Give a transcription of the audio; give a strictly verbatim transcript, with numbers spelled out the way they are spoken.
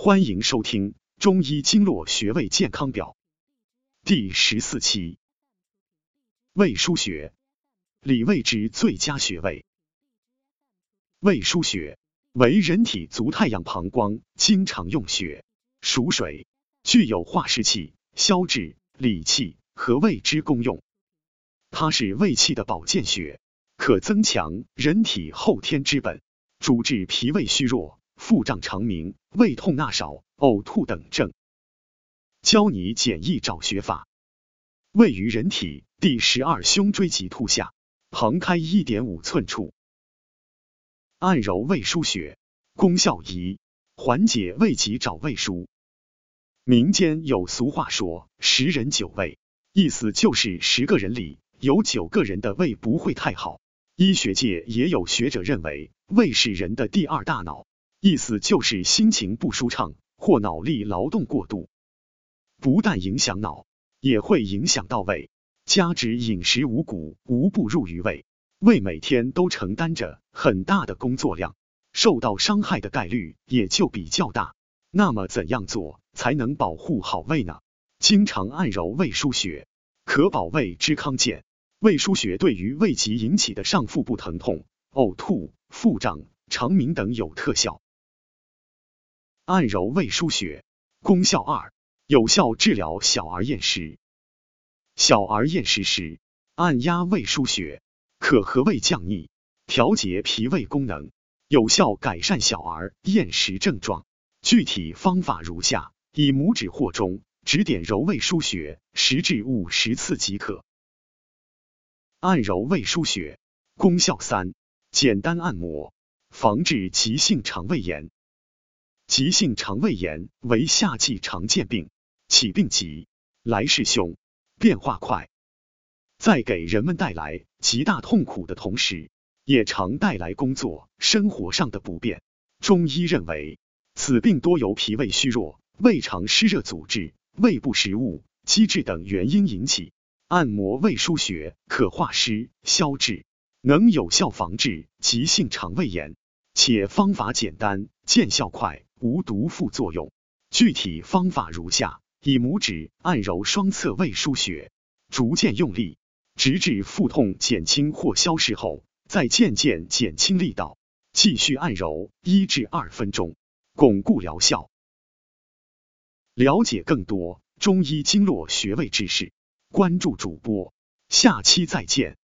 欢迎收听中医经络穴位健康表第十四期。胃腧穴，理胃之最佳穴位。胃腧穴为人体足太阳膀胱经常用穴，属水，具有化湿气、消滞、理气和胃之功用。它是胃气的保健穴，可增强人体后天之本，主治脾胃虚弱、腹胀肠鸣、胃痛纳少、呕吐等症。教你简易找穴法。位于人体第十二胸椎棘突下，旁开 一点五寸处。按揉胃腧穴，功效一，缓解胃急找胃腧。民间有俗话说十人九胃，意思就是十个人里有九个人的胃不会太好。医学界也有学者认为胃是人的第二大脑，意思就是心情不舒畅或脑力劳动过度，不但影响脑，也会影响到胃。加之饮食五谷无不入于胃，胃每天都承担着很大的工作量，受到伤害的概率也就比较大。那么怎样做才能保护好胃呢？经常按揉胃腧穴，可保胃之康健。胃腧穴对于胃疾引起的上腹部疼痛、呕吐、腹胀、肠鸣等有特效。按揉胃腧穴，功效二，有效治疗小儿厌食。小儿厌食时，按压胃腧穴，可和胃降逆，调节脾胃功能，有效改善小儿厌食症状。具体方法如下：以拇指或中指点揉胃腧穴十至五十次即可。按揉胃腧穴，功效三，简单按摩，防治急性肠胃炎。急性肠胃炎为夏季常见病，起病急，来势凶，变化快，在给人们带来极大痛苦的同时，也常带来工作、生活上的不便。中医认为，此病多由脾胃虚弱、胃肠湿热阻滞、胃部食物积滞等原因引起。按摩胃腧穴可化湿消滞，能有效防治急性肠胃炎，且方法简单，见效快，无毒副作用。具体方法如下：以拇指按揉双侧胃腧穴，逐渐用力，直至腹痛减轻或消失后，再渐渐减轻力道，继续按揉一至二分钟，巩固疗效。了解更多中医经络穴位知识，关注主播，下期再见。